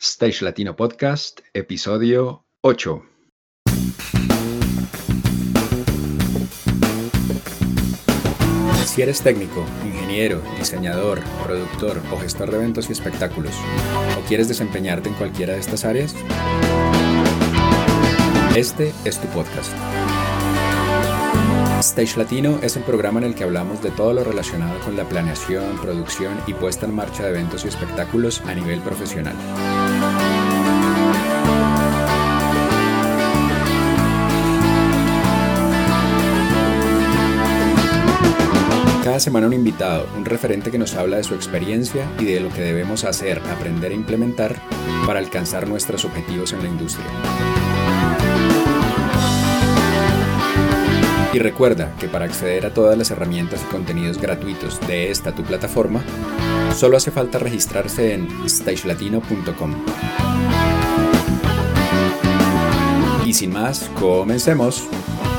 Stage Latino Podcast, episodio 8. Si eres técnico, ingeniero, diseñador, productor o gestor de eventos y espectáculos, o quieres desempeñarte en cualquiera de estas áreas, este es tu podcast. Stage Latino es el programa en el que hablamos de todo lo relacionado con la planeación, producción y puesta en marcha de eventos y espectáculos a nivel profesional. Cada semana un invitado, un referente que nos habla de su experiencia y de lo que debemos hacer, aprender e implementar para alcanzar nuestros objetivos en la industria. Y recuerda que para acceder a todas las herramientas y contenidos gratuitos de esta tu plataforma, solo hace falta registrarse en stagelatino.com. Y sin más, comencemos.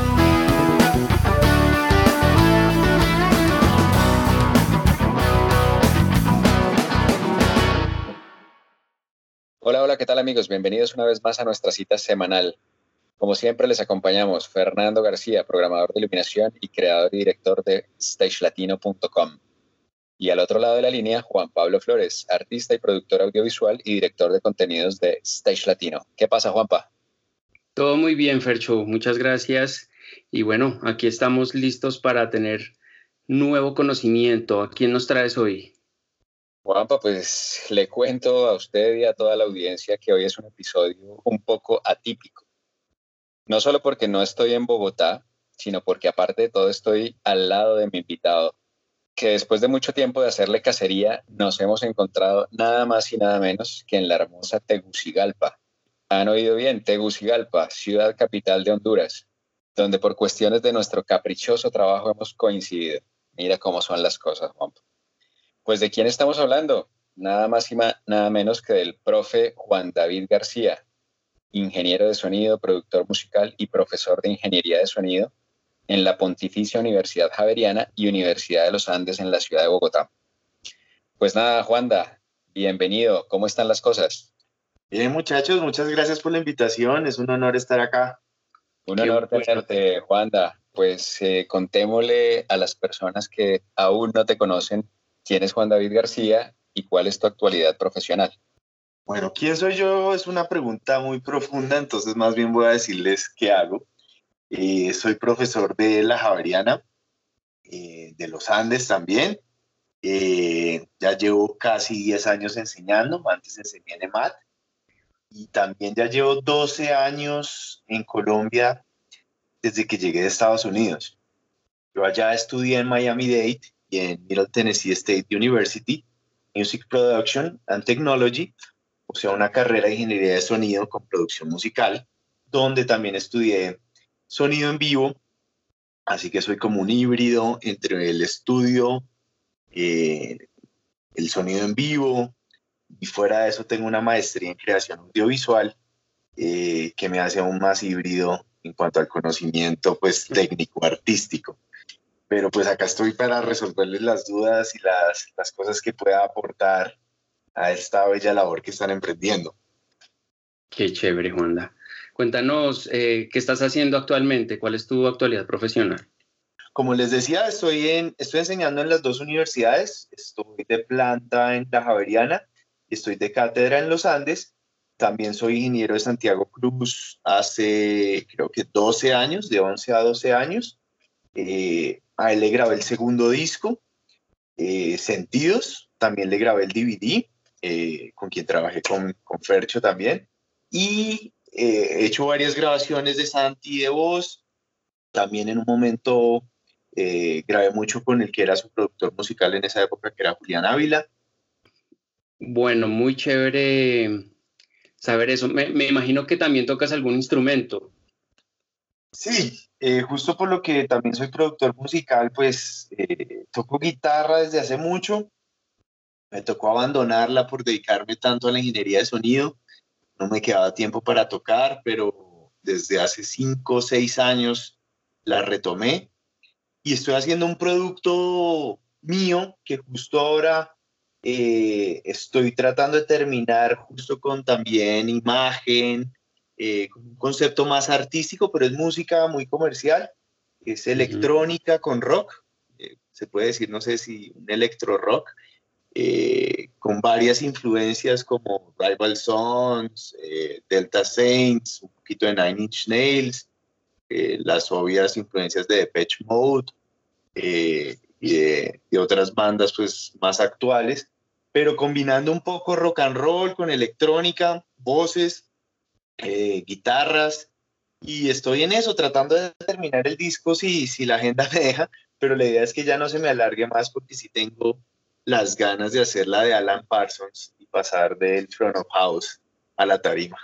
Hola, ¿qué tal amigos? Bienvenidos una vez más a nuestra cita semanal. Como siempre les acompañamos Fernando García, programador de iluminación y creador y director de stagelatino.com. Y al otro lado de la línea, Juan Pablo Flores, artista y productor audiovisual y director de contenidos de Stage Latino. ¿Qué pasa, Juanpa? Todo muy bien, Fercho. Muchas gracias. Y bueno, aquí estamos listos para tener nuevo conocimiento. ¿A quién nos traes hoy? Juanpa, pues le cuento a usted y a toda la audiencia que hoy es un episodio un poco atípico. No solo porque no estoy en Bogotá, sino porque aparte de todo estoy al lado de mi invitado, que después de mucho tiempo de hacerle cacería, nos hemos encontrado nada más y nada menos que en la hermosa Tegucigalpa. ¿Han oído bien? Tegucigalpa, ciudad capital de Honduras, donde por cuestiones de nuestro caprichoso trabajo hemos coincidido. Mira cómo son las cosas, Juan. Pues ¿de quién estamos hablando? Nada más y nada menos que del profe Juan David García, ingeniero de sonido, productor musical y profesor de ingeniería de sonido en la Pontificia Universidad Javeriana y Universidad de los Andes en la ciudad de Bogotá. Pues nada, Juanda, bienvenido. ¿Cómo están las cosas? Bien, muchachos, muchas gracias por la invitación. Es un honor estar acá. Un honor tenerte, Juanda. Pues contémosle a las personas que aún no te conocen quién es Juan David García y cuál es tu actualidad profesional. Bueno, ¿quién soy yo? Es una pregunta muy profunda, entonces más bien voy a decirles qué hago. Soy profesor de la Javeriana, de los Andes también. Ya llevo casi 10 años enseñando, antes enseñé en EMAT. Y también ya llevo 12 años en Colombia desde que llegué de Estados Unidos. Yo allá estudié en Miami-Dade y en Middle Tennessee State University, Music Production and Technology, o sea, una carrera de ingeniería de sonido con producción musical, donde también estudié sonido en vivo, así que soy como un híbrido entre el estudio, el sonido en vivo, y fuera de eso tengo una maestría en creación audiovisual que me hace aún más híbrido en cuanto al conocimiento pues, técnico, artístico. Pero pues acá estoy para resolverles las dudas y las cosas que pueda aportar a esta bella labor que están emprendiendo. Qué chévere, Juanda. Cuéntanos, ¿qué estás haciendo actualmente? ¿Cuál es tu actualidad profesional? Como les decía, estoy enseñando en las dos universidades. Estoy de planta en la Javeriana y estoy de cátedra en los Andes. También soy ingeniero de Santiago Cruz hace creo que 12 años, de 11 a 12 años. A él le grabé el segundo disco, Sentidos. También le grabé el DVD, con quien trabajé con Fercho también. Y he hecho varias grabaciones de Santi de voz. También en un momento grabé mucho con el que era su productor musical en esa época, que era Julián Ávila. Bueno, muy chévere saber eso. Me imagino que también tocas algún instrumento. Sí, justo por lo que también soy productor musical, pues toco guitarra desde hace mucho. Me tocó abandonarla por dedicarme tanto a la ingeniería de sonido. No me quedaba tiempo para tocar, pero desde hace 5 o 6 años la retomé y estoy haciendo un producto mío que justo ahora Estoy tratando de terminar justo con también imagen, con un concepto más artístico, pero es música muy comercial. Es Ujú. electrónica con rock. Se puede decir, no sé si un electro rock, con varias influencias como Rival Sons, Delta Saints, un poquito de Nine Inch Nails, las obvias influencias de Depeche Mode, y de otras bandas pues más actuales, pero combinando un poco rock and roll con electrónica, voces, guitarras, y estoy en eso, tratando de terminar el disco si la agenda me deja, pero la idea es que ya no se me alargue más porque sí tengo las ganas de hacer la de Alan Parsons y pasar del front of house a la tarima.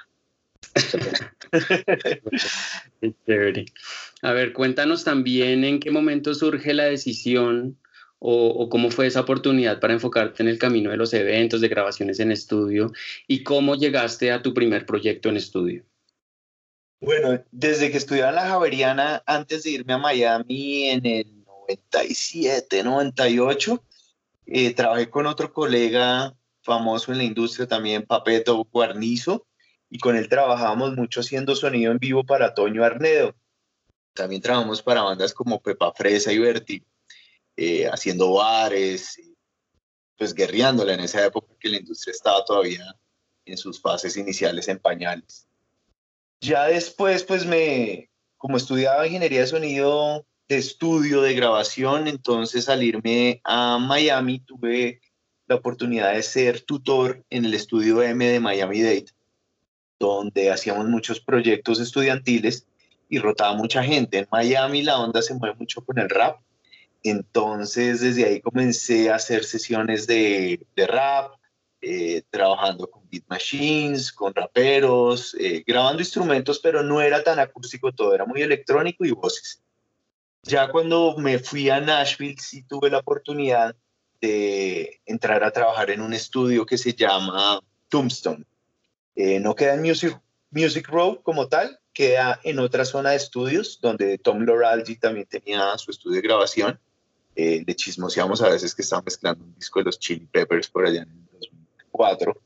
Qué chévere. A ver, cuéntanos también en qué momento surge la decisión o cómo fue esa oportunidad para enfocarte en el camino de los eventos, de grabaciones en estudio y cómo llegaste a tu primer proyecto en estudio. Bueno, desde que estudiaba en la Javeriana, antes de irme a Miami en el 97, 98, trabajé con otro colega famoso en la industria también, Papeto Guarnizo, y con él trabajábamos mucho haciendo sonido en vivo para Toño Arnedo. También trabajamos para bandas como Pepa Fresa y Vértigo, haciendo bares, pues guerreándola en esa época que la industria estaba todavía en sus fases iniciales en pañales. Ya después, pues como estudiaba ingeniería de sonido de estudio, de grabación, entonces salirme a Miami, tuve la oportunidad de ser tutor en el estudio M de Miami-Dade, donde hacíamos muchos proyectos estudiantiles y rotaba mucha gente. En Miami la onda se mueve mucho con el rap, entonces desde ahí comencé a hacer sesiones de rap, trabajando con beat machines, con raperos, grabando instrumentos, pero no era tan acústico todo, era muy electrónico y voces. Ya cuando me fui a Nashville sí tuve la oportunidad de entrar a trabajar en un estudio que se llama Tombstone. No queda en Music Row como tal, queda en otra zona de estudios donde Tom Loralgi también tenía su estudio de grabación. Le chismoseamos a veces que estaba mezclando un disco de los Chili Peppers por allá en el 2004.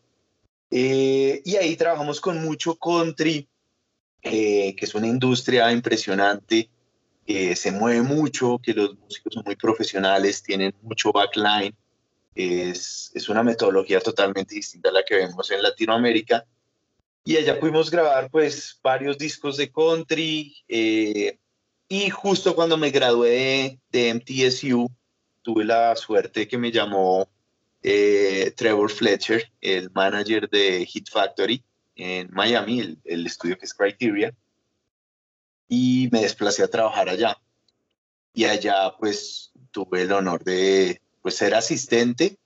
Y ahí trabajamos con mucho country, que es una industria impresionante, que se mueve mucho, que los músicos son muy profesionales, tienen mucho backline. Es una metodología totalmente distinta a la que vemos en Latinoamérica. Y allá pudimos grabar pues varios discos de country, y justo cuando me gradué de MTSU, tuve la suerte que me llamó Trevor Fletcher, el manager de Hit Factory en Miami, el estudio que es Criteria, y me desplacé a trabajar allá. Y allá pues tuve el honor de pues, ser asistente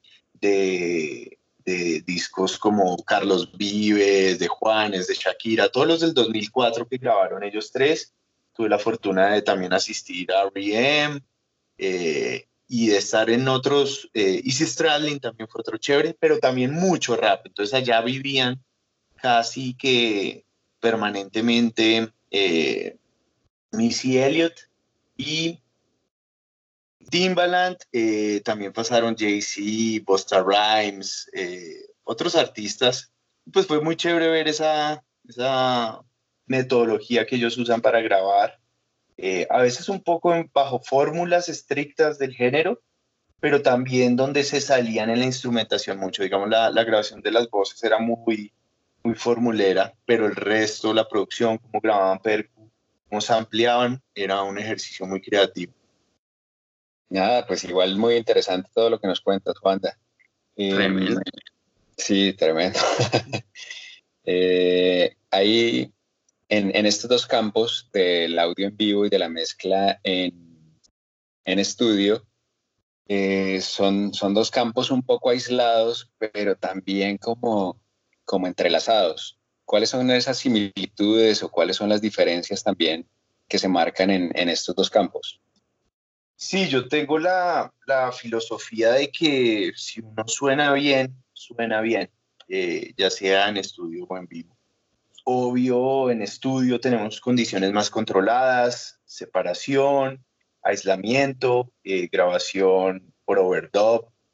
de discos como Carlos Vives, de Juanes, de Shakira, todos los del 2004 que grabaron ellos tres. Tuve la fortuna de también asistir a R.E.M., y de estar en otros, Easy Stradlin también fue otro chévere, pero también mucho rap. Entonces allá vivían casi que permanentemente Missy Elliott y Timbaland, también pasaron Jay-Z, Busta Rhymes, otros artistas. Pues fue muy chévere ver esa metodología que ellos usan para grabar. A veces un poco bajo fórmulas estrictas del género, pero también donde se salían en la instrumentación mucho. Digamos, la grabación de las voces era muy formulera, pero el resto, la producción, cómo grababan percu, cómo se ampliaban, era un ejercicio muy creativo. Nada, pues igual muy interesante todo lo que nos cuentas, Juanda. Tremendo. Sí, tremendo. Ahí, en estos dos campos del audio en vivo y de la mezcla en estudio, son dos campos un poco aislados, pero también como entrelazados. ¿Cuáles son esas similitudes o cuáles son las diferencias también que se marcan en estos dos campos? Sí, yo tengo la filosofía de que si uno suena bien, suena bien, ya sea en estudio o en vivo. Obvio, en estudio tenemos condiciones más controladas, separación, aislamiento, grabación por overdub,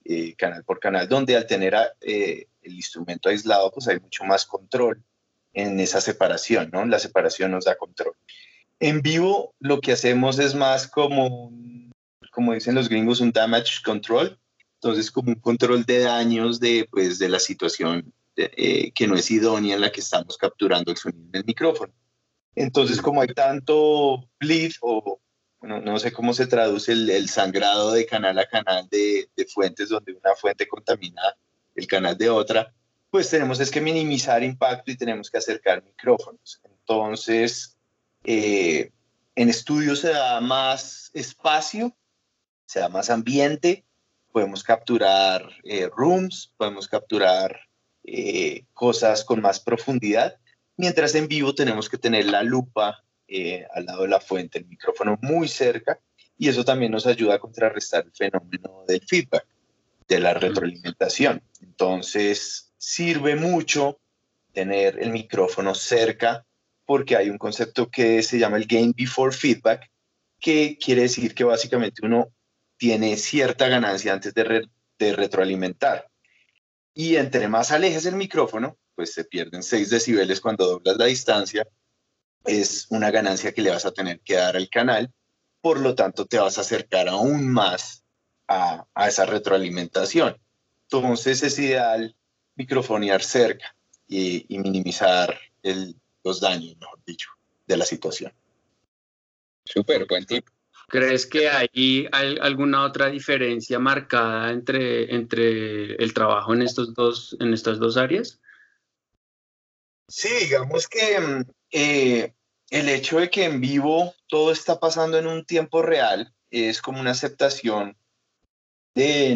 canal por canal, donde al tener el instrumento aislado, pues hay mucho más control en esa separación, ¿no? La separación nos da control. En vivo lo que hacemos es más como dicen los gringos, un damage control. Entonces, como un control de daños pues, de la situación que no es idónea en la que estamos capturando el sonido del micrófono. Entonces, como hay tanto bleed o bueno, no sé cómo se traduce el sangrado de canal a canal de fuentes, donde una fuente contamina el canal de otra, pues tenemos es que minimizar impacto y tenemos que acercar micrófonos. Entonces, en estudio se da más espacio, se da más ambiente, podemos capturar rooms, podemos capturar cosas con más profundidad, mientras en vivo tenemos que tener la lupa al lado de la fuente, el micrófono muy cerca, y eso también nos ayuda a contrarrestar el fenómeno del feedback, de la retroalimentación. Entonces, sirve mucho tener el micrófono cerca porque hay un concepto que se llama el gain before feedback, que quiere decir que básicamente uno tiene cierta ganancia antes de retroalimentar. Y entre más alejes el micrófono, pues se pierden 6 decibeles cuando doblas la distancia, es una ganancia que le vas a tener que dar al canal, por lo tanto te vas a acercar aún más a esa retroalimentación. Entonces es ideal microfonear cerca y minimizar los daños, mejor dicho, de la situación. Súper, buen tip. ¿Crees que hay alguna otra diferencia marcada entre el trabajo en estas dos áreas? Sí, digamos que el hecho de que en vivo todo está pasando en un tiempo real es como una aceptación de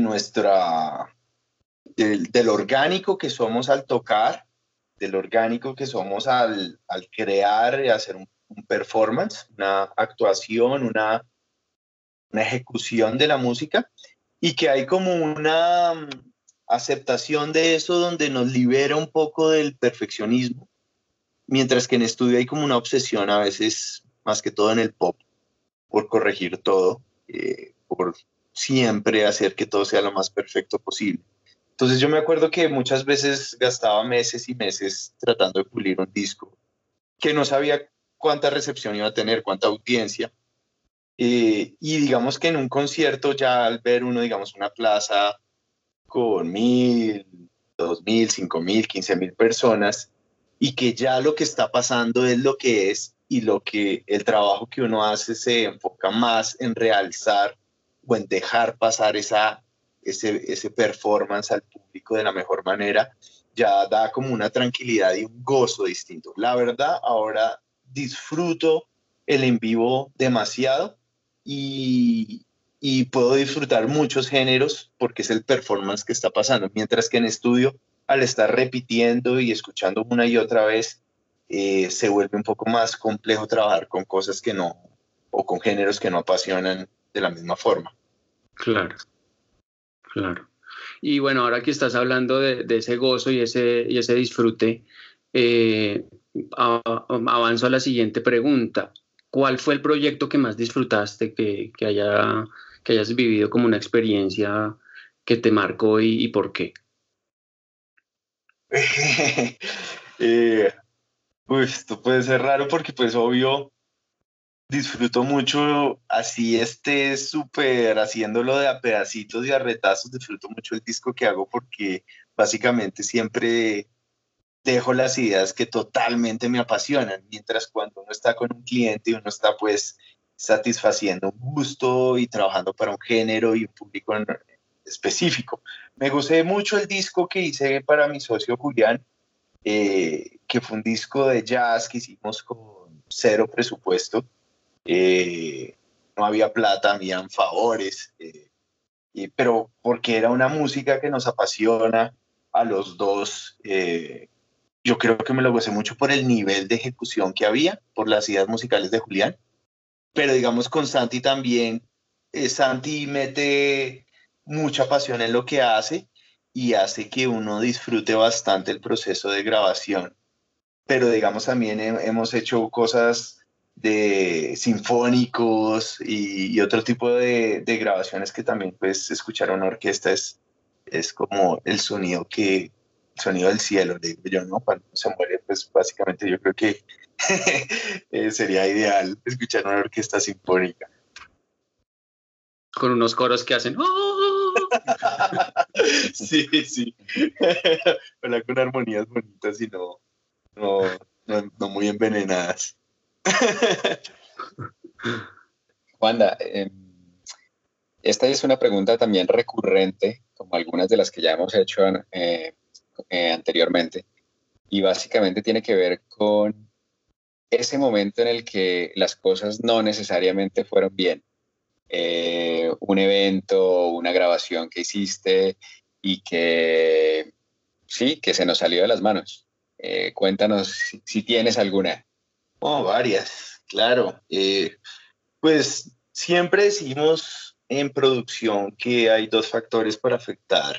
del orgánico que somos al tocar, del orgánico que somos al crear y hacer un performance, una actuación, una ejecución de la música, y que hay como una aceptación de eso donde nos libera un poco del perfeccionismo, mientras que en estudio hay como una obsesión a veces, más que todo en el pop, por corregir todo, por siempre hacer que todo sea lo más perfecto posible. Entonces yo me acuerdo que muchas veces gastaba meses y meses tratando de pulir un disco, que no sabía cuánta recepción iba a tener, cuánta audiencia. Y digamos que en un concierto ya al ver uno, digamos, una plaza con 1,000, 2,000, 5,000, 15,000 personas, y que ya lo que está pasando es lo que es, y lo que el trabajo que uno hace se enfoca más en realzar o en dejar pasar ese performance al público de la mejor manera, ya da como una tranquilidad y un gozo distinto. La verdad, ahora disfruto el en vivo demasiado y puedo disfrutar muchos géneros porque es el performance que está pasando, mientras que en estudio, al estar repitiendo y escuchando una y otra vez, se vuelve un poco más complejo trabajar con cosas que no, o con géneros que no apasionan de la misma forma. Claro, claro. Y bueno, ahora que estás hablando de ese gozo y ese disfrute, avanzo a la siguiente pregunta. ¿Cuál fue el proyecto que más disfrutaste, que hayas vivido como una experiencia que te marcó y por qué? Esto puede ser raro porque pues obvio disfruto mucho, así esté súper haciéndolo de a pedacitos y a retazos, disfruto mucho el disco que hago porque básicamente siempre dejo las ideas que totalmente me apasionan, mientras cuando uno está con un cliente y uno está pues satisfaciendo un gusto y trabajando para un género y un público específico. Me gusté mucho el disco que hice para mi socio Julián, que fue un disco de jazz que hicimos con cero presupuesto. No había plata, habían favores, pero porque era una música que nos apasiona a los dos. Yo creo que me lo gocé mucho por el nivel de ejecución que había, por las ideas musicales de Julián, pero digamos con Santi también, Santi mete mucha pasión en lo que hace y hace que uno disfrute bastante el proceso de grabación, pero digamos también hemos hecho cosas de sinfónicos y otro tipo de grabaciones que también pues escuchar a una orquesta es es como el sonido del cielo, le digo yo, ¿no? Cuando uno se muere, pues básicamente yo creo que sería ideal escuchar una orquesta sinfónica. Con unos coros que hacen... Sí, sí. Ojalá con armonías bonitas y no muy envenenadas. Wanda, esta es una pregunta también recurrente, como algunas de las que ya hemos hecho anteriormente, y básicamente tiene que ver con ese momento en el que las cosas no necesariamente fueron bien. Un evento, una grabación que hiciste y que sí, que se nos salió de las manos. Cuéntanos si tienes alguna. Oh, varias, claro. Pues siempre decimos en producción que hay dos factores para afectar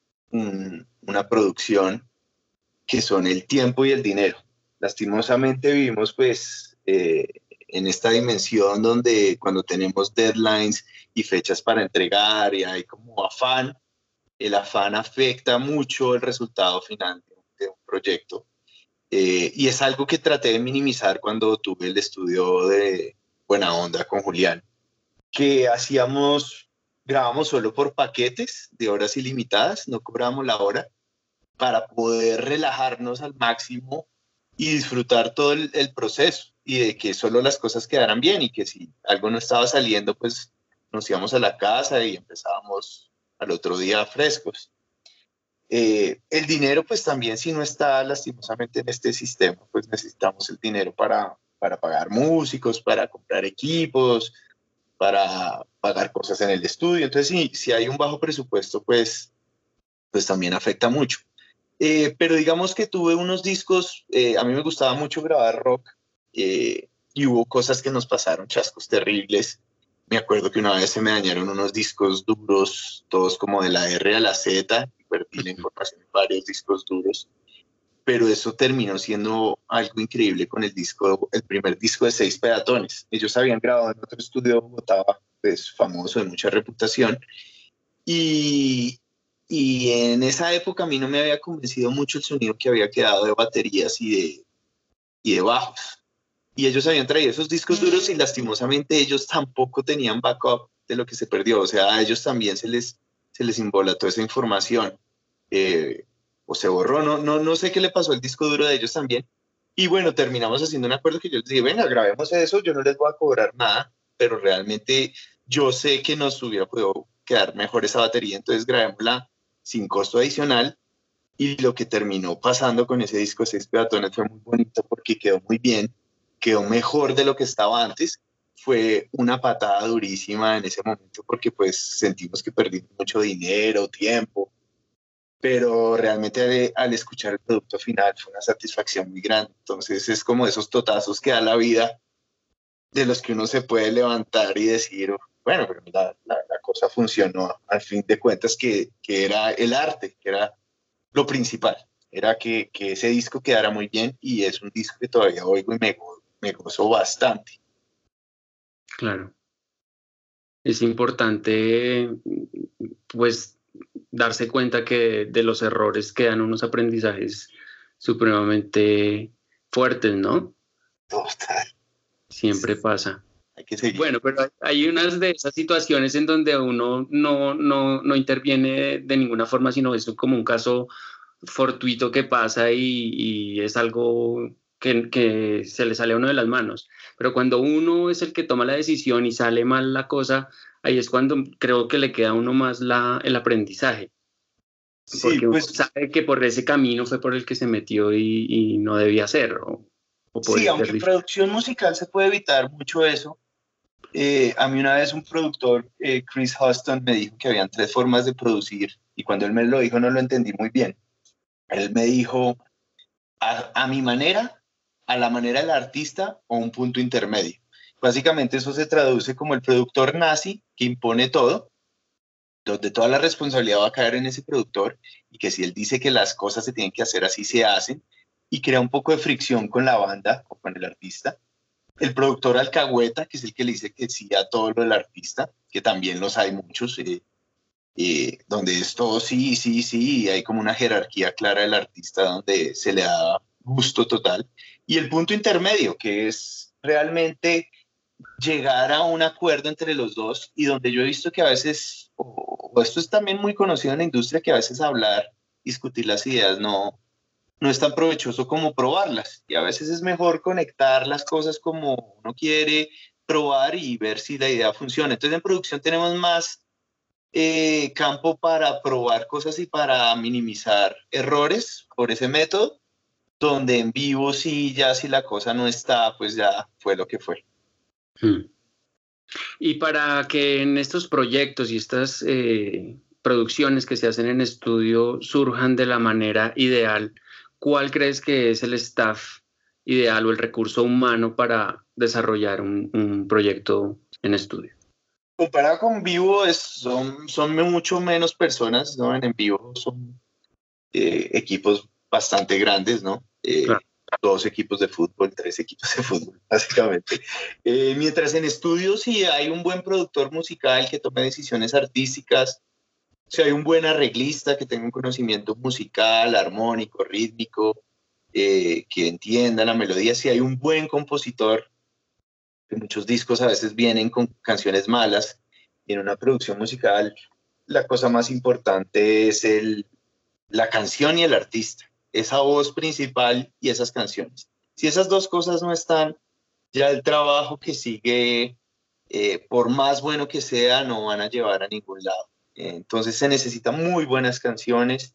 una producción, que son el tiempo y el dinero. Lastimosamente vivimos pues en esta dimensión donde cuando tenemos deadlines y fechas para entregar y hay como afán, el afán afecta mucho el resultado final de un proyecto. Y es algo que traté de minimizar cuando tuve el estudio de Buena Onda con Julián, que grabamos solo por paquetes de horas ilimitadas, no cobramos la hora, para poder relajarnos al máximo y disfrutar todo el proceso y de que solo las cosas quedaran bien y que si algo no estaba saliendo, pues nos íbamos a la casa y empezábamos al otro día frescos. El dinero, pues también si no está lastimosamente en este sistema, pues necesitamos el dinero para pagar músicos, para comprar equipos, para pagar cosas en el estudio. Entonces, si hay un bajo presupuesto, pues también afecta mucho. Pero digamos que tuve unos discos, a mí me gustaba mucho grabar rock y hubo cosas que nos pasaron, chascos terribles. Me acuerdo que una vez se me dañaron unos discos duros, todos como de la R a la Z, y perdí la información en varios discos duros, pero eso terminó siendo algo increíble con el primer disco de Seis Peatones. Ellos habían grabado en otro estudio de Bogotá, pues famoso, de mucha reputación, y, y en esa época a mí no me había convencido mucho el sonido que había quedado de baterías y de bajos. Y ellos habían traído esos discos duros y lastimosamente ellos tampoco tenían backup de lo que se perdió. O sea, a ellos también se les embolató esa información. O se borró, no sé qué le pasó al disco duro de ellos también. Y bueno, terminamos haciendo un acuerdo que yo les dije, venga, grabemos eso, yo no les voy a cobrar nada, pero realmente yo sé que nos hubiera podido quedar mejor esa batería, entonces grabémosla sin costo adicional. Y lo que terminó pasando con ese disco Seis Peatones fue muy bonito porque quedó muy bien, quedó mejor de lo que estaba antes. Fue una patada durísima en ese momento porque pues sentimos que perdimos mucho dinero, tiempo, pero realmente al escuchar el producto final fue una satisfacción muy grande. Entonces es como esos totazos que da la vida, de los que uno se puede levantar y decir, bueno, pero la cosa funcionó al fin de cuentas, que era el arte, que era lo principal, era que ese disco quedara muy bien y es un disco que todavía oigo y me gozo bastante. Claro. Es importante, pues, darse cuenta que de los errores quedan unos aprendizajes supremamente fuertes, ¿no? Total. Siempre pasa. Hay que seguir. Bueno, pero hay unas de esas situaciones en donde uno no interviene de ninguna forma, sino es como un caso fortuito que pasa y es algo que se le sale a uno de las manos. Pero cuando uno es el que toma la decisión y sale mal la cosa, ahí es cuando creo que le queda a uno más el aprendizaje. Sí, Porque uno pues sabe que por ese camino fue por el que se metió y no debía hacerlo. O por sí, el aunque en producción musical se puede evitar mucho eso. A mí una vez un productor, Chris Huston, me dijo que habían tres formas de producir y cuando él me lo dijo no lo entendí muy bien. Él me dijo a mi manera, a la manera del artista o un punto intermedio. Básicamente eso se traduce como el productor nazi que impone todo, donde toda la responsabilidad va a caer en ese productor y que si él dice que las cosas se tienen que hacer así, se hacen y crea un poco de fricción con la banda o con el artista. El productor alcahueta, que es el que le dice que sí a todo lo del artista, que también los hay muchos. donde es todo sí, sí, sí, y hay como una jerarquía clara del artista donde se le da gusto total. Y el punto intermedio, que es realmente llegar a un acuerdo entre los dos y donde yo he visto que a veces, o esto es también muy conocido en la industria, que a veces hablar, discutir las ideas no es tan provechoso como probarlas. Y a veces es mejor conectar las cosas como uno quiere, probar y ver si la idea funciona. Entonces en producción tenemos más campo para probar cosas y para minimizar errores por ese método, donde en vivo sí, ya si la cosa no está, pues ya fue lo que fue. Y para que en estos proyectos y estas producciones que se hacen en estudio surjan de la manera ideal, ¿cuál crees que es el staff ideal o el recurso humano para desarrollar un proyecto en estudio? Comparado con vivo, son mucho menos personas, ¿no? En vivo son equipos bastante grandes, ¿no? Claro. 2 equipos de fútbol, 3 equipos de fútbol, básicamente. Mientras en estudio sí hay un buen productor musical que tome decisiones artísticas, si hay un buen arreglista que tenga un conocimiento musical, armónico, rítmico, que entienda la melodía, si hay un buen compositor, que muchos discos a veces vienen con canciones malas, y en una producción musical la cosa más importante es la canción y el artista, esa voz principal y esas canciones. Si esas dos cosas no están, ya el trabajo que sigue, por más bueno que sea, no van a llevar a ningún lado. Entonces se necesitan muy buenas canciones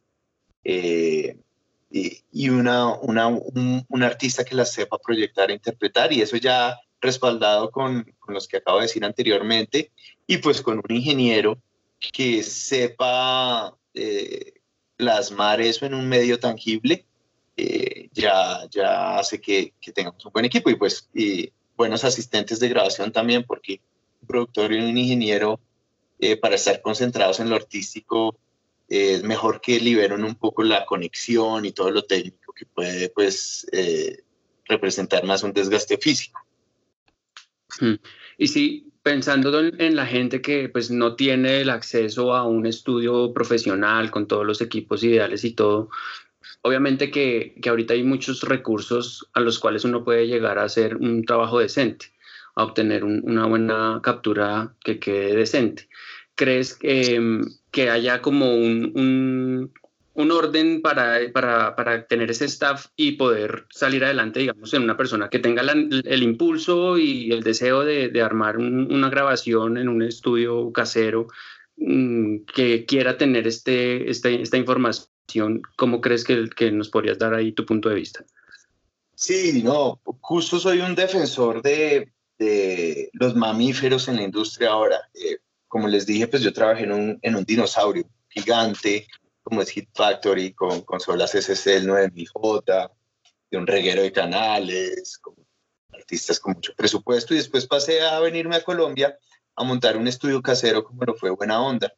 y un artista que las sepa proyectar e interpretar, y eso ya respaldado con los que acabo de decir anteriormente, y pues con un ingeniero que sepa plasmar eso en un medio tangible, ya hace que tengamos un buen equipo y buenos asistentes de grabación también, porque un productor y un ingeniero, para estar concentrados en lo artístico, es mejor que liberen un poco la conexión y todo lo técnico que puede pues, representar más un desgaste físico. Y sí, pensando en la gente que pues no tiene el acceso a un estudio profesional con todos los equipos ideales y todo, obviamente que ahorita hay muchos recursos a los cuales uno puede llegar a hacer un trabajo decente, a obtener una buena captura que quede decente. ¿Crees que haya como un orden para tener ese staff y poder salir adelante, digamos, en una persona que tenga el impulso y el deseo de armar una grabación en un estudio casero, que quiera tener esta información? ¿Cómo crees que nos podrías dar ahí tu punto de vista? Sí, no, justo soy un defensor de los mamíferos en la industria ahora. Como les dije, pues yo trabajé en un dinosaurio gigante, como es Hit Factory, con consolas SSL 9000J, de un reguero de canales, con artistas con mucho presupuesto, y después pasé a venirme a Colombia a montar un estudio casero como lo fue Buena Onda.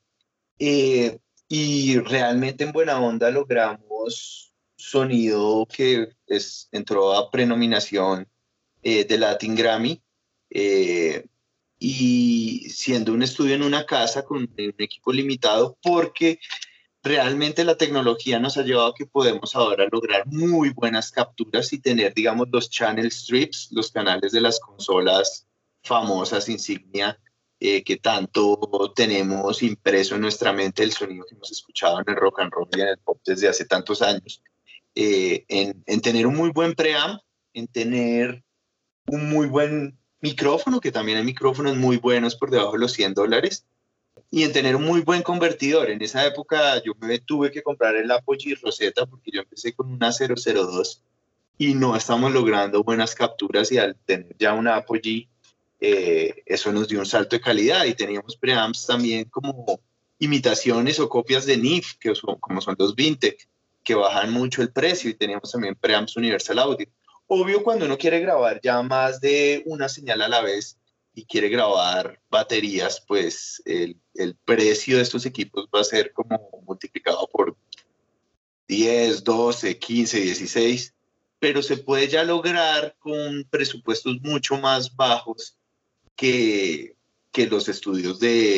Y realmente en Buena Onda logramos sonido que entró a prenominación de Latin Grammy, eh, y siendo un estudio en una casa con un equipo limitado, porque realmente la tecnología nos ha llevado a que podemos ahora lograr muy buenas capturas y tener, digamos, los channel strips, los canales de las consolas famosas, insignia, que tanto tenemos impreso en nuestra mente, el sonido que hemos escuchado en el rock and roll y en el pop desde hace tantos años, en tener un muy buen preamp, en tener un muy buen micrófono, que también hay micrófonos muy buenos por debajo de los $100, y en tener un muy buen convertidor. En esa época yo me tuve que comprar el Apogee Rosetta porque yo empecé con una 002 y no estamos logrando buenas capturas, y al tener ya una Apogee, eso nos dio un salto de calidad, y teníamos preamps también como imitaciones o copias de NIF, que son, como son los Vintec, que bajan mucho el precio, y teníamos también preamps Universal Audio. Obvio, cuando uno quiere grabar ya más de una señal a la vez y quiere grabar baterías, pues el precio de estos equipos va a ser como multiplicado por 10, 12, 15, 16, pero se puede ya lograr con presupuestos mucho más bajos que los estudios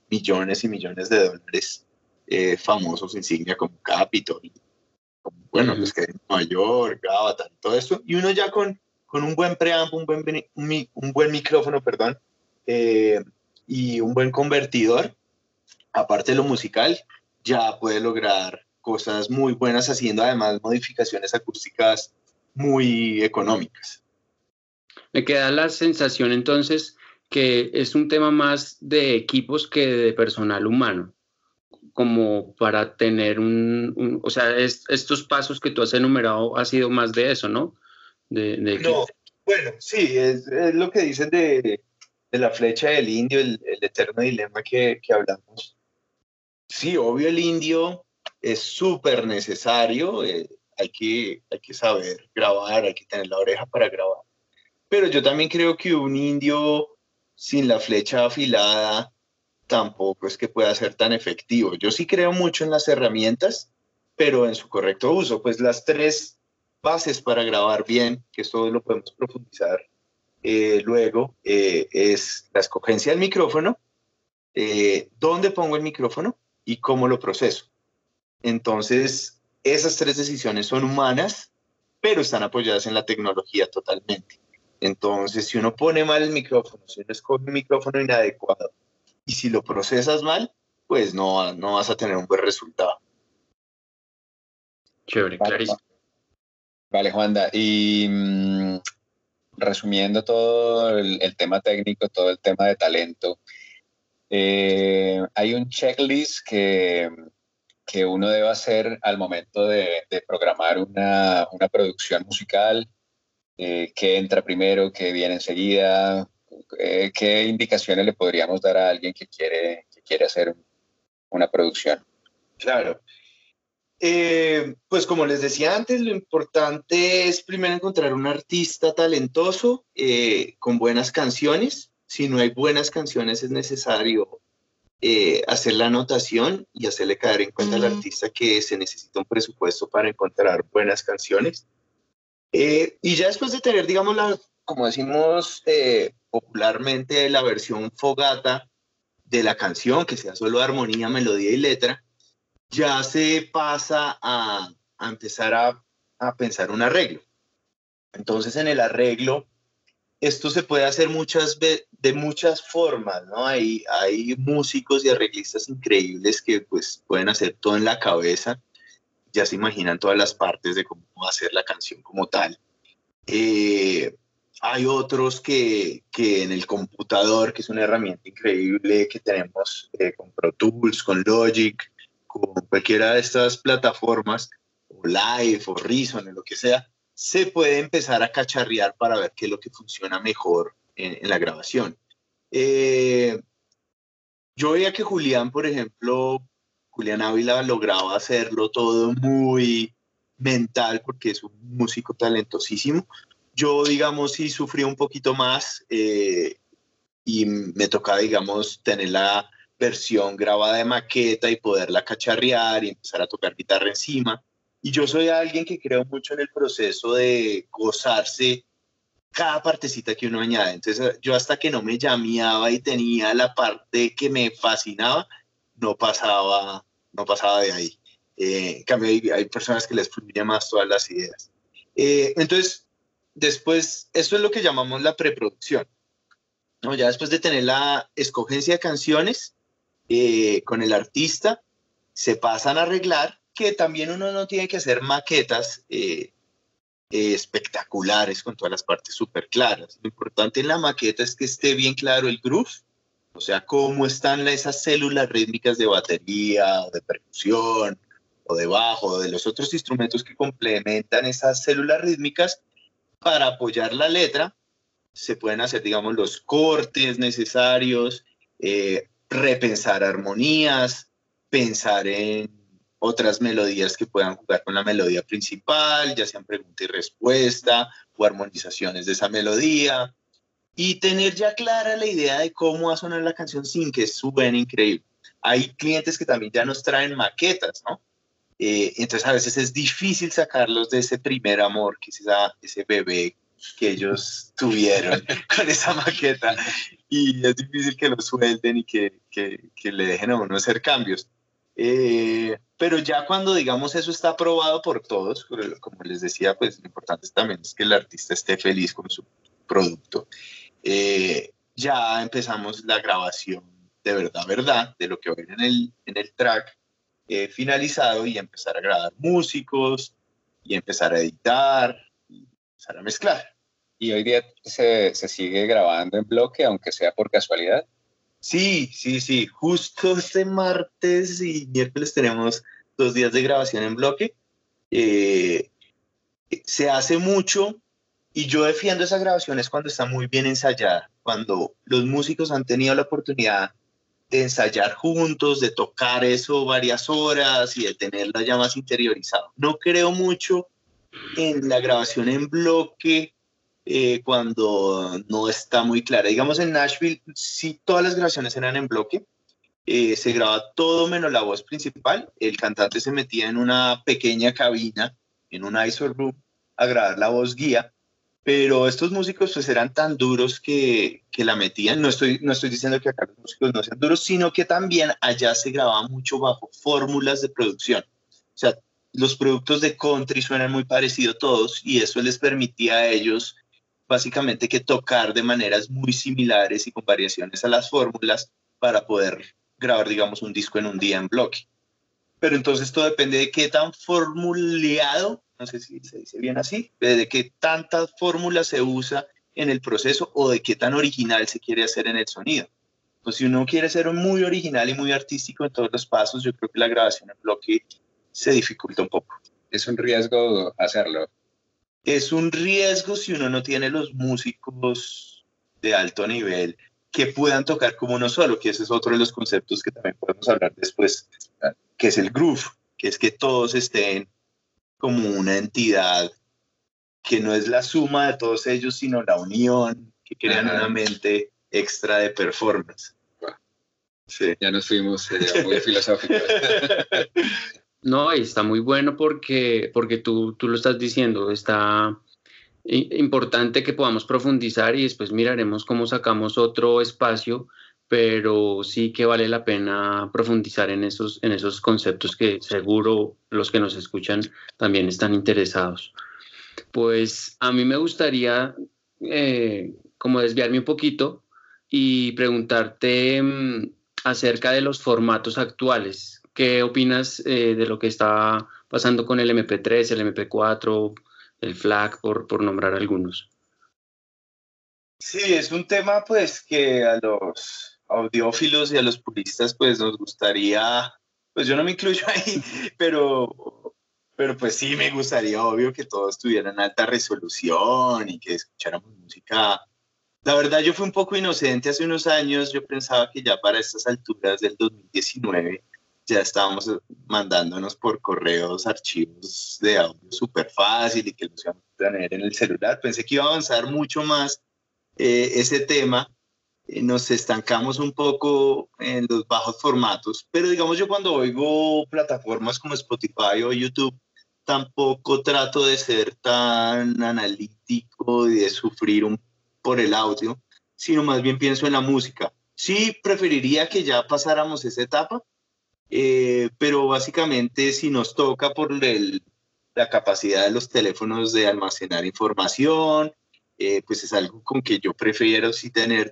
millones y millones de dólares, famosos insignia como Capitol, como, bueno, los que hay en Nueva York, Avatar, todo esto, y uno ya con un buen preamp, un buen micrófono, perdón, y un buen convertidor, aparte de lo musical, ya puede lograr cosas muy buenas haciendo además modificaciones acústicas muy económicas. Me queda la sensación entonces que es un tema más de equipos que de personal humano, como para tener o sea, estos pasos que tú has enumerado ha sido más de eso, ¿no? De equipo. No, bueno, sí, es lo que dicen de la flecha del indio, el eterno dilema que hablamos. Sí, obvio, el indio es súper necesario, hay que saber grabar, hay que tener la oreja para grabar. Pero yo también creo que un indio sin la flecha afilada tampoco es que pueda ser tan efectivo. Yo sí creo mucho en las herramientas, pero en su correcto uso. Pues las tres bases para grabar bien, que esto lo podemos profundizar luego, es la escogencia del micrófono, dónde pongo el micrófono y cómo lo proceso. Entonces, esas tres decisiones son humanas, pero están apoyadas en la tecnología totalmente. Entonces, si uno pone mal el micrófono, si uno escoge un micrófono inadecuado y si lo procesas mal, pues no vas a tener un buen resultado. Chévere, clarísimo. Vale, Juanda. Y resumiendo todo el tema técnico, todo el tema de talento, hay un checklist que uno debe hacer al momento de programar una producción musical. ¿Qué entra primero? ¿Qué viene enseguida? ¿Qué indicaciones le podríamos dar a alguien que quiere hacer una producción? Claro. Pues como les decía antes, lo importante es primero encontrar un artista talentoso con buenas canciones. Si no hay buenas canciones, es necesario hacer la anotación y hacerle caer en cuenta al artista que se necesita un presupuesto para encontrar buenas canciones. Y ya después de tener, digamos, como decimos popularmente, la versión fogata de la canción, que sea solo armonía, melodía y letra, ya se pasa a empezar a pensar un arreglo. Entonces, en el arreglo, esto se puede hacer de muchas formas, ¿no? Hay músicos y arreglistas increíbles que pues pueden hacer todo en la cabeza, ya se imaginan todas las partes de cómo va a ser la canción como tal. Hay otros que en el computador, que es una herramienta increíble que tenemos con Pro Tools, con Logic, con cualquiera de estas plataformas, o Live, o Reason, o lo que sea, se puede empezar a cacharrear para ver qué es lo que funciona mejor en la grabación. Yo veía que Julián, por ejemplo, Julián Ávila lograba hacerlo todo muy mental porque es un músico talentosísimo. Yo, digamos, sí sufrí un poquito más y me tocaba, digamos, tener la versión grabada de maqueta y poderla cacharrear y empezar a tocar guitarra encima. Y yo soy alguien que creo mucho en el proceso de gozarse cada partecita que uno añade. Entonces, yo hasta que no me llameaba y tenía la parte que me fascinaba, no pasaba de ahí. En cambio, hay personas que les fluye más todas las ideas. Entonces, después, esto es lo que llamamos la preproducción, ¿no? Ya después de tener la escogencia de canciones con el artista, se pasan a arreglar, que también uno no tiene que hacer maquetas espectaculares con todas las partes súper claras. Lo importante en la maqueta es que esté bien claro el groove, o sea, cómo están esas células rítmicas de batería o de percusión o de bajo o de los otros instrumentos que complementan esas células rítmicas para apoyar la letra. Se pueden hacer, digamos, los cortes necesarios, repensar armonías, pensar en otras melodías que puedan jugar con la melodía principal, ya sean pregunta y respuesta o armonizaciones de esa melodía, y tener ya clara la idea de cómo va a sonar la canción sin que suene increíble. Hay clientes que también ya nos traen maquetas, ¿no? Entonces a veces es difícil sacarlos de ese primer amor, que es ese bebé que ellos tuvieron con esa maqueta y es difícil que lo suelten y que le dejen a uno hacer cambios. Pero ya cuando, digamos, eso está aprobado por todos, como les decía, pues lo importante también es que el artista esté feliz con su producto. Ya empezamos la grabación de verdad, de lo que va a ir en el track finalizado y empezar a grabar músicos y empezar a editar y empezar a mezclar. ¿Y hoy día se sigue grabando en bloque, aunque sea por casualidad? Sí. Justo este martes y miércoles tenemos 2 días de grabación en bloque. Se hace mucho y yo defiendo esas grabaciones cuando está muy bien ensayada, cuando los músicos han tenido la oportunidad de ensayar juntos, de tocar eso varias horas y de tenerlo ya más interiorizado. No creo mucho en la grabación en bloque cuando no está muy clara. Digamos en Nashville, sí, todas las grabaciones eran en bloque. Se graba todo menos la voz principal. El cantante se metía en una pequeña cabina, en un ISO room, a grabar la voz guía. Pero estos músicos pues eran tan duros que la metían. No estoy diciendo que acá los músicos no sean duros, sino que también allá se grababa mucho bajo fórmulas de producción. O sea, los productos de country suenan muy parecidos todos y eso les permitía a ellos básicamente que tocar de maneras muy similares y con variaciones a las fórmulas para poder grabar, digamos, un disco en un día en bloque. Pero entonces todo depende de qué tan formuleado, no sé si se dice bien así, de qué tantas fórmulas se usa en el proceso o de qué tan original se quiere hacer en el sonido. Entonces, si uno quiere ser muy original y muy artístico en todos los pasos, yo creo que la grabación en bloque se dificulta un poco. Es un riesgo hacerlo. Es un riesgo si uno no tiene los músicos de alto nivel que puedan tocar como uno solo, que ese es otro de los conceptos que también podemos hablar después, que es el groove, que es que todos estén como una entidad que no es la suma de todos ellos, sino la unión, que crean una mente extra de performance. Sí. Ya nos fuimos muy filosóficos. No, y está muy bueno porque tú lo estás diciendo, está importante que podamos profundizar y después miraremos cómo sacamos otro espacio, pero sí que vale la pena profundizar en esos conceptos que seguro los que nos escuchan también están interesados. Pues a mí me gustaría como desviarme un poquito y preguntarte acerca de los formatos actuales. ¿Qué opinas de lo que está pasando con el MP3, el MP4, el FLAC, por nombrar algunos? Sí, es un tema pues que a los audiófilos y a los puristas pues nos gustaría, pues yo no me incluyo ahí, pero pues sí me gustaría, obvio, que todos tuvieran alta resolución y que escucháramos música. La verdad, yo fui un poco inocente hace unos años. Yo pensaba que ya para estas alturas del 2019 ya estábamos mandándonos por correos archivos de audio súper fácil y que los íbamos a tener en el celular. Pensé que iba a avanzar mucho más ese tema. Nos estancamos un poco en los bajos formatos, pero digamos yo cuando oigo plataformas como Spotify o YouTube, tampoco trato de ser tan analítico y de sufrir por el audio, sino más bien pienso en la música. Sí, preferiría que ya pasáramos esa etapa, pero básicamente si nos toca por la capacidad de los teléfonos de almacenar información, pues es algo con que yo prefiero sí tener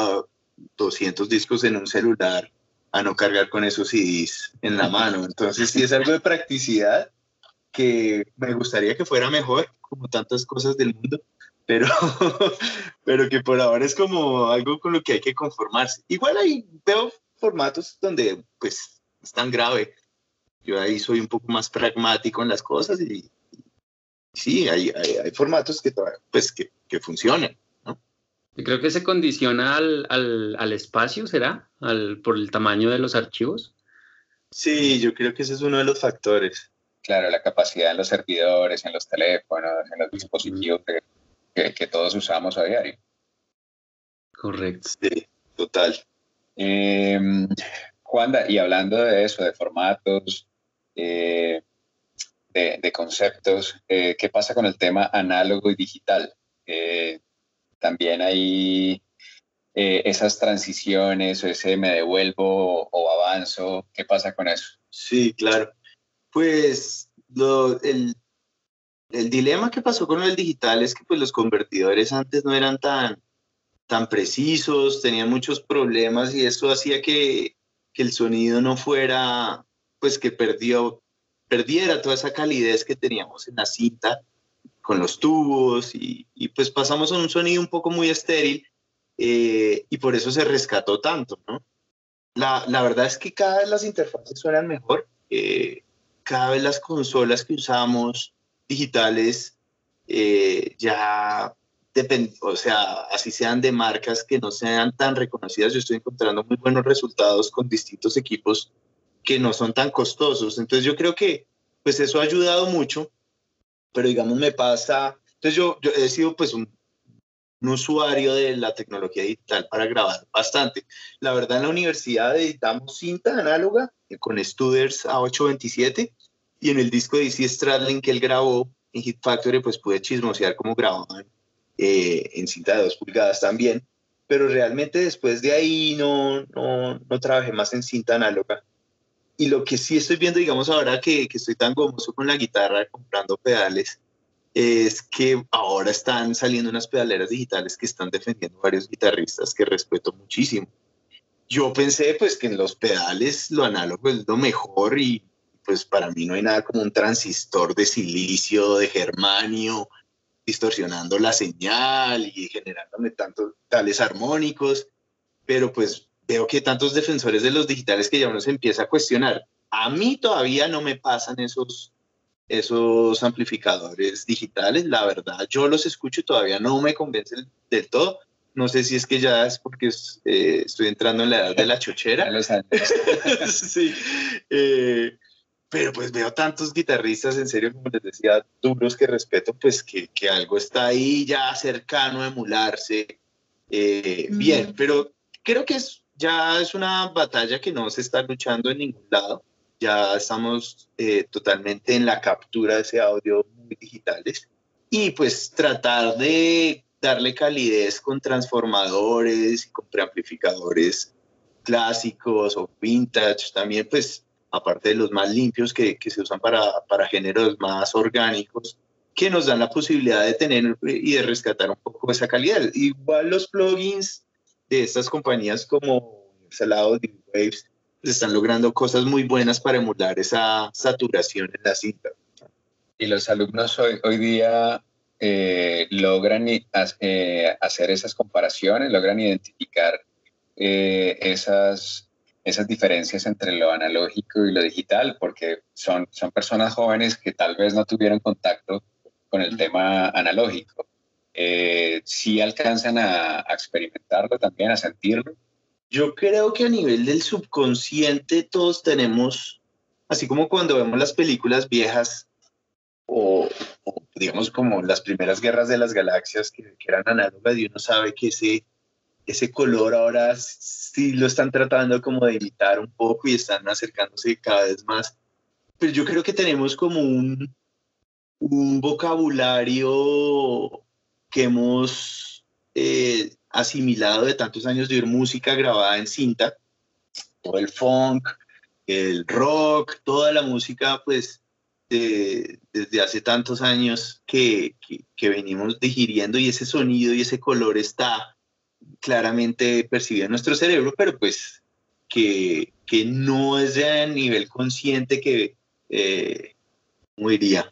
200 discos en un celular a no cargar con esos CDs en la mano. Entonces sí es algo de practicidad que me gustaría que fuera mejor, como tantas cosas del mundo, pero que por ahora es como algo con lo que hay que conformarse. Igual ahí veo formatos donde pues es tan grave. Yo ahí soy un poco más pragmático en las cosas y sí, hay formatos pues, que funcionan, ¿no? Yo creo que se condiciona al espacio, ¿será? Por el tamaño de los archivos. Sí, yo creo que ese es uno de los factores. Claro, la capacidad en los servidores, en los teléfonos, en los dispositivos que todos usamos a diario. Correcto. Sí, total. Juanda, y hablando de eso, de formatos, de conceptos, ¿qué pasa con el tema análogo y digital? también hay esas transiciones o ese me devuelvo o avanzo. ¿Qué pasa con eso? Sí, claro. Pues el dilema que pasó con el digital es que pues, los convertidores antes no eran tan precisos, tenían muchos problemas y eso hacía que el sonido no fuera, pues que perdiera toda esa calidez que teníamos en la cinta con los tubos y pues pasamos a un sonido un poco muy estéril y por eso se rescató tanto, ¿no? La verdad es que cada vez las interfaces suenan mejor, cada vez las consolas que usamos digitales ya depende, o sea, así sean de marcas que no sean tan reconocidas, yo estoy encontrando muy buenos resultados con distintos equipos que no son tan costosos. Entonces yo creo que pues eso ha ayudado mucho, pero digamos me pasa, entonces yo he sido pues un usuario de la tecnología digital para grabar bastante. La verdad, en la universidad editamos cinta análoga con Studers A827 y en el disco de Izzy Stradlin que él grabó en Hit Factory, pues pude chismosear cómo grababan en cinta de 2 pulgadas también. Pero realmente después de ahí no trabajé más en cinta análoga. Y lo que sí estoy viendo, digamos, ahora que estoy tan gomoso con la guitarra, comprando pedales, es que ahora están saliendo unas pedaleras digitales que están defendiendo varios guitarristas que respeto muchísimo. Yo pensé pues que en los pedales lo análogo es lo mejor y pues para mí no hay nada como un transistor de silicio, de germanio, distorsionando la señal y generándome tantos tales armónicos, pero pues veo que tantos defensores de los digitales que ya uno se empieza a cuestionar. A mí todavía no me pasan esos amplificadores digitales, la verdad, yo los escucho y todavía no me convencen del todo. No sé si es que ya es porque estoy entrando en la edad de la chochera. Sí. Pero pues veo tantos guitarristas, en serio, como les decía, duros que respeto, pues que algo está ahí ya cercano a emularse. Bien, pero creo que ya es una batalla que no se está luchando en ningún lado. Ya estamos totalmente en la captura de ese audio muy digitales y pues tratar de darle calidez con transformadores y con preamplificadores clásicos o vintage también, pues aparte de los más limpios que se usan para géneros más orgánicos, que nos dan la posibilidad de tener y de rescatar un poco esa calidad. Igual los plugins de estas compañías como Universal Audio, Waves, están logrando cosas muy buenas para emular esa saturación en la cinta. Y los alumnos hoy día logran hacer esas comparaciones, logran identificar esas diferencias entre lo analógico y lo digital, porque son personas jóvenes que tal vez no tuvieron contacto con el tema analógico. ¿Sí alcanzan a experimentarlo también, a sentirlo? Yo creo que a nivel del subconsciente todos tenemos, así como cuando vemos las películas viejas o digamos como las primeras guerras de las galaxias que eran análogas y uno sabe que ese color ahora sí lo están tratando como de imitar un poco y están acercándose cada vez más. Pero yo creo que tenemos como un vocabulario que hemos asimilado de tantos años de oír música grabada en cinta, todo el funk, el rock, toda la música pues desde hace tantos años que venimos digiriendo y ese sonido y ese color está claramente percibido en nuestro cerebro, pero pues que no es de a nivel consciente que, ¿cómo diría?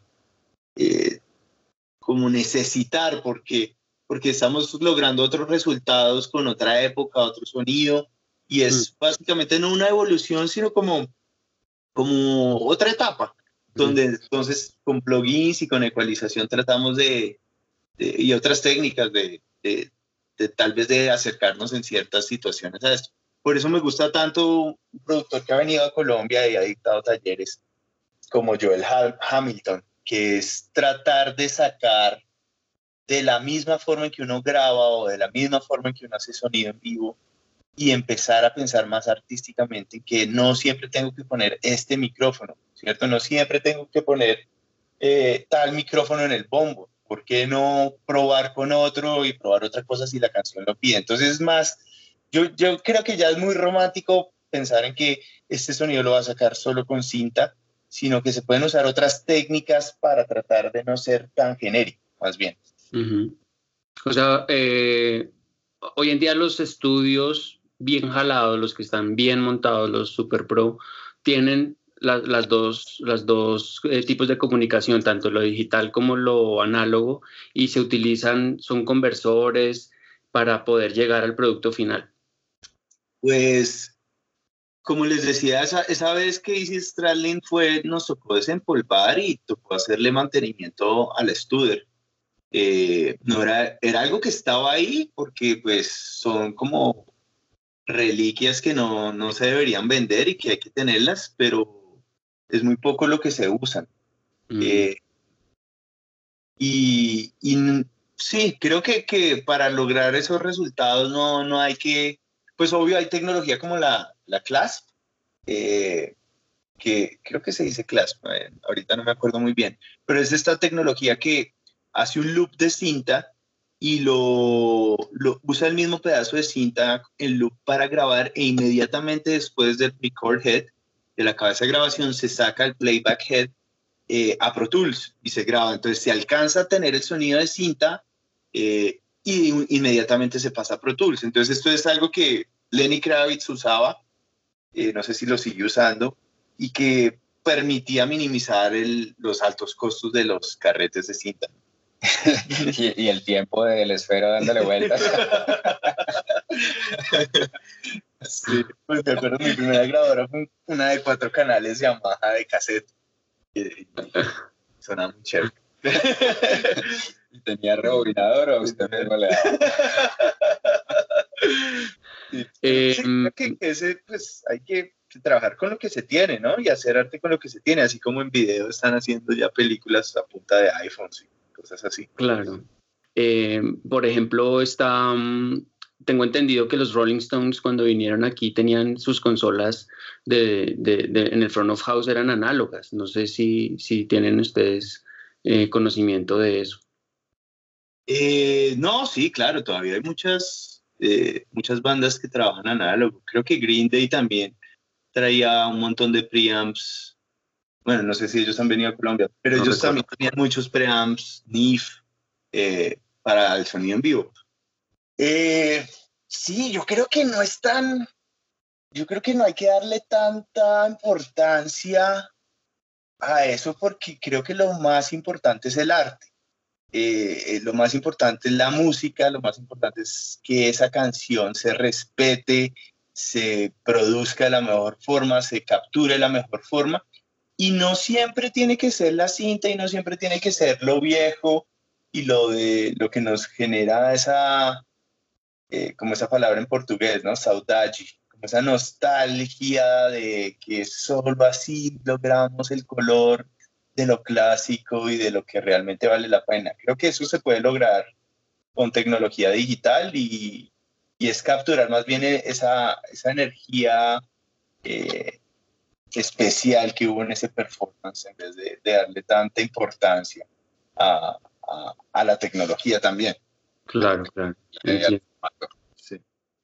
Como necesitar, porque estamos logrando otros resultados con otra época, otro sonido, y es básicamente no una evolución, sino como otra etapa, donde entonces con plugins y con ecualización tratamos y otras técnicas de tal vez de acercarnos en ciertas situaciones a esto. Por eso me gusta tanto un productor que ha venido a Colombia y ha dictado talleres como Joel Hamilton, que es tratar de sacar de la misma forma en que uno graba o de la misma forma en que uno hace sonido en vivo y empezar a pensar más artísticamente que no siempre tengo que poner este micrófono, ¿cierto? No siempre tengo que poner tal micrófono en el bombo, ¿por qué no probar con otro y probar otra cosa si la canción lo pide? Entonces es más, yo creo que ya es muy romántico pensar en que este sonido lo va a sacar solo con cinta, sino que se pueden usar otras técnicas para tratar de no ser tan genérico, más bien. Uh-huh. O sea, hoy en día los estudios bien jalados, los que están bien montados, los Super Pro, tienen las dos tipos de comunicación, tanto lo digital como lo análogo, y se utilizan, son conversores para poder llegar al producto final. Pues, como les decía, esa vez que hice Stradlin nos tocó desempolvar y tocó hacerle mantenimiento al Studer. No era algo que estaba ahí porque pues son como reliquias que no se deberían vender y que hay que tenerlas, pero es muy poco lo que se usan. Y sí, creo que para lograr esos resultados no hay que, pues obvio hay tecnología como la CLASP, que creo que se dice CLASP, ahorita no me acuerdo muy bien, pero es esta tecnología que hace un loop de cinta y lo usa el mismo pedazo de cinta, el loop para grabar, e inmediatamente después del record head, de la cabeza de grabación, se saca el playback head a Pro Tools y se graba. Entonces se alcanza a tener el sonido de cinta y inmediatamente se pasa a Pro Tools. Entonces esto es algo que Lenny Kravitz usaba, no sé si lo sigue usando, y que permitía minimizar los altos costos de los carretes de cinta. y el tiempo del esfero dándole vueltas. Sí, pues me acuerdo, mi primera grabadora fue una de 4 canales Yamaha de cassette. Y sonaba muy chévere. ¿Y tenía rebobinador o usted mismo le daba? Sí, creo que ese, pues, hay que trabajar con lo que se tiene, ¿no? Y hacer arte con lo que se tiene, así como en video están haciendo ya películas a punta de iPhones y cosas así. Claro. Por ejemplo, tengo entendido que los Rolling Stones cuando vinieron aquí tenían sus consolas en el front of house eran análogas. No sé si tienen ustedes conocimiento de eso. No, sí, claro, todavía hay muchas bandas que trabajan análogo. Creo que Green Day también traía un montón de preamps. Bueno, no sé si ellos han venido a Colombia, pero No ellos recuerdo. también tenían muchos preamps, NIF, para el sonido en vivo. Sí, yo creo que no hay que darle tanta importancia a eso porque creo que lo más importante es el arte. Lo más importante es la música, lo más importante es que esa canción se respete, se produzca de la mejor forma, se capture de la mejor forma. Y no siempre tiene que ser la cinta y no siempre tiene que ser lo viejo y lo que nos genera como esa palabra en portugués, ¿no? Saudade, como esa nostalgia de que solo así logramos el color de lo clásico y de lo que realmente vale la pena. Creo que eso se puede lograr con tecnología digital y es capturar más bien esa energía especial que hubo en ese performance en vez de darle tanta importancia a la tecnología también. Claro. Sí.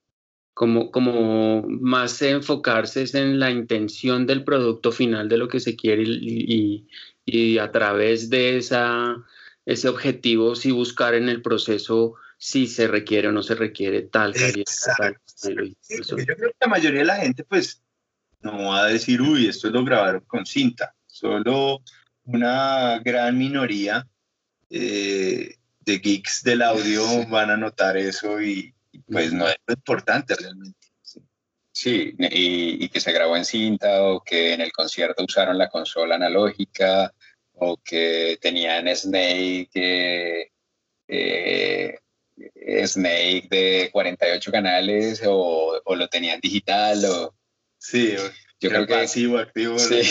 Como más enfocarse es en la intención del producto final de lo que se quiere y a través de ese objetivo sí buscar en el proceso si se requiere o no se requiere tal calidad. Sí, yo creo que la mayoría de la gente pues no va a decir, uy, esto lo grabaron con cinta. Solo una gran minoría de geeks del audio van a notar eso y pues no es lo importante realmente. Sí, y que se grabó en cinta o que en el concierto usaron la consola analógica o que tenían Snake de 48 canales o lo tenían digital o sí, yo creo que pasivo, activo. Sí.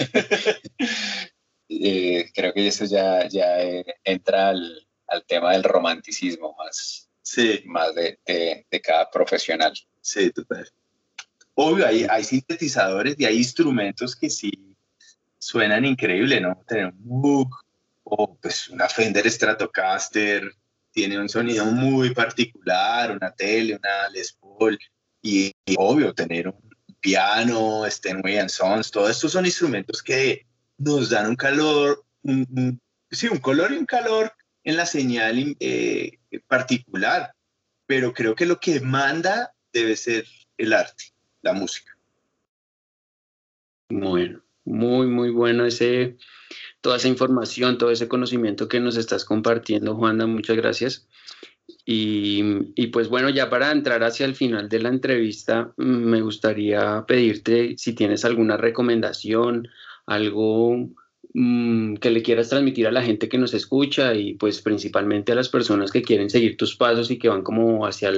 Creo que eso ya entra al tema del romanticismo más, sí, más de cada profesional. Sí, total. Obvio, hay sintetizadores y hay instrumentos que sí suenan increíble, ¿no? Tener un Moog o pues una Fender Stratocaster tiene un sonido muy particular, una Tele, una Les Paul, y obvio tener un piano, Steinway & Sons, todos estos son instrumentos que nos dan un calor, un color y un calor en la señal particular, pero creo que lo que manda debe ser el arte, la música. Bueno, muy bueno toda esa información, todo ese conocimiento que nos estás compartiendo, Juanda, muchas gracias. Y pues bueno, ya para entrar hacia el final de la entrevista, me gustaría pedirte si tienes alguna recomendación, algo que le quieras transmitir a la gente que nos escucha y pues principalmente a las personas que quieren seguir tus pasos y que van como hacia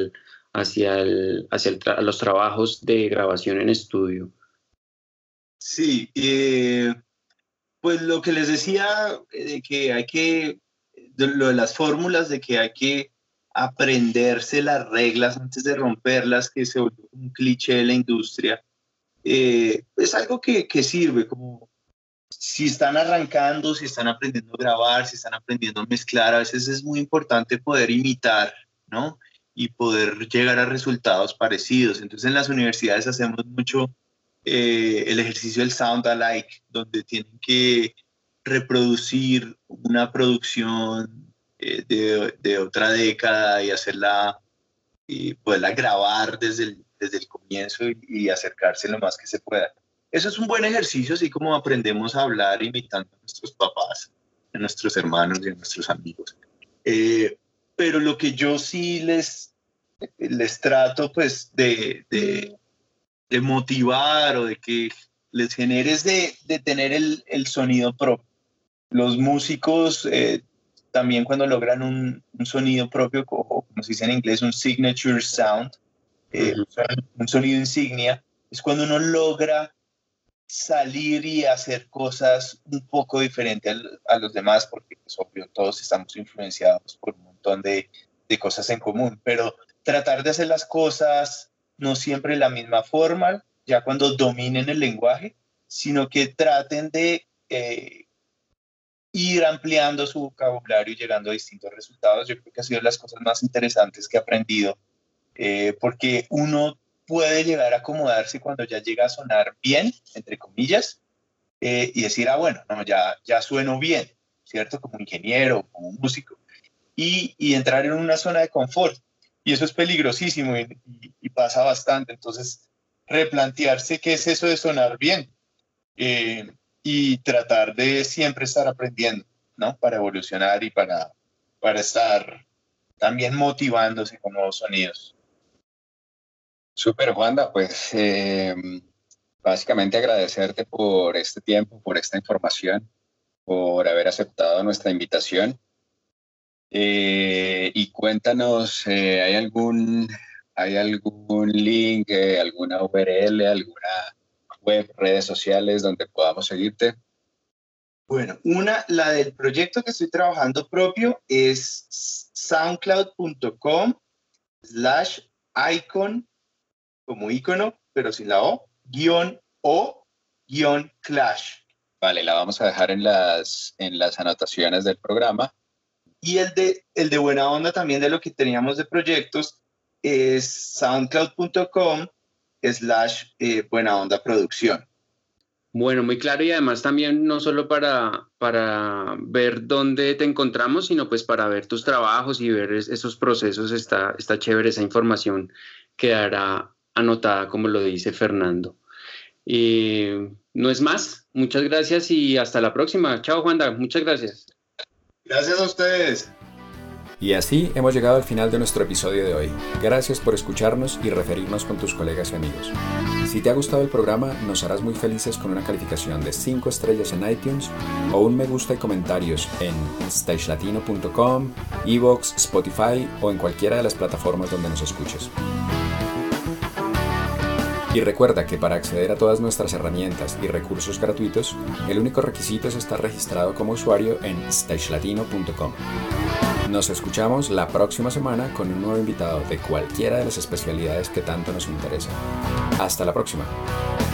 los trabajos de grabación en estudio. Sí, pues lo que les decía, de que lo de las fórmulas, de que hay que aprenderse las reglas antes de romperlas, que se volvió un cliché de la industria, es algo que sirve, como si están arrancando, si están aprendiendo a grabar, si están aprendiendo a mezclar, a veces es muy importante poder imitar, ¿no? Y poder llegar a resultados parecidos. Entonces en las universidades hacemos mucho el ejercicio del sound alike, donde tienen que reproducir una producción de otra década y hacerla y poderla grabar desde el comienzo y acercarse lo más que se pueda. Eso es un buen ejercicio, así como aprendemos a hablar imitando a nuestros papás, a nuestros hermanos y a nuestros amigos. Pero lo que yo sí les trato pues de motivar o de que les generes de tener el sonido propio. Los músicos también cuando logran un sonido propio, o como se dice en inglés, un signature sound, un sonido insignia, es cuando uno logra salir y hacer cosas un poco diferentes a los demás, porque pues, obvio, todos estamos influenciados por un montón de cosas en común, pero tratar de hacer las cosas no siempre de la misma forma, ya cuando dominen el lenguaje, sino que traten de ir ampliando su vocabulario y llegando a distintos resultados. Yo creo que ha sido de las cosas más interesantes que he aprendido, porque uno puede llegar a acomodarse cuando ya llega a sonar bien, entre comillas, y decir, bueno, no, ya sueno bien, ¿cierto? Como ingeniero, como músico, y entrar en una zona de confort. Y eso es peligrosísimo y pasa bastante. Entonces, replantearse qué es eso de sonar bien y tratar de siempre estar aprendiendo, ¿no? Para evolucionar y para estar también motivándose con nuevos sonidos. Súper, Juanda, pues básicamente agradecerte por este tiempo, por esta información, por haber aceptado nuestra invitación. Y cuéntanos, ¿hay algún link, alguna URL, alguna web, redes sociales donde podamos seguirte? Bueno, la del proyecto que estoy trabajando propio es soundcloud.com/icon, como icono, pero sin la O, _clash. Vale, la vamos a dejar en las anotaciones del programa. Y el de Buena Onda también, de lo que teníamos de proyectos, es soundcloud.com/Buena Onda Producción. Bueno, muy claro, y además también no solo para ver dónde te encontramos, sino pues para ver tus trabajos y ver esos procesos. Está chévere, esa información quedará anotada, como lo dice Fernando. No es más, muchas gracias y hasta la próxima. Chao, Juanda, muchas gracias. Gracias a ustedes. Y así hemos llegado al final de nuestro episodio de hoy. Gracias por escucharnos y referirnos con tus colegas y amigos. Si te ha gustado el programa, nos harás muy felices con una calificación de 5 estrellas en iTunes o un me gusta y comentarios en stagelatino.com, iVoox, Spotify o en cualquiera de las plataformas donde nos escuches. Y recuerda que para acceder a todas nuestras herramientas y recursos gratuitos, el único requisito es estar registrado como usuario en stagelatino.com. Nos escuchamos la próxima semana con un nuevo invitado de cualquiera de las especialidades que tanto nos interesan. Hasta la próxima.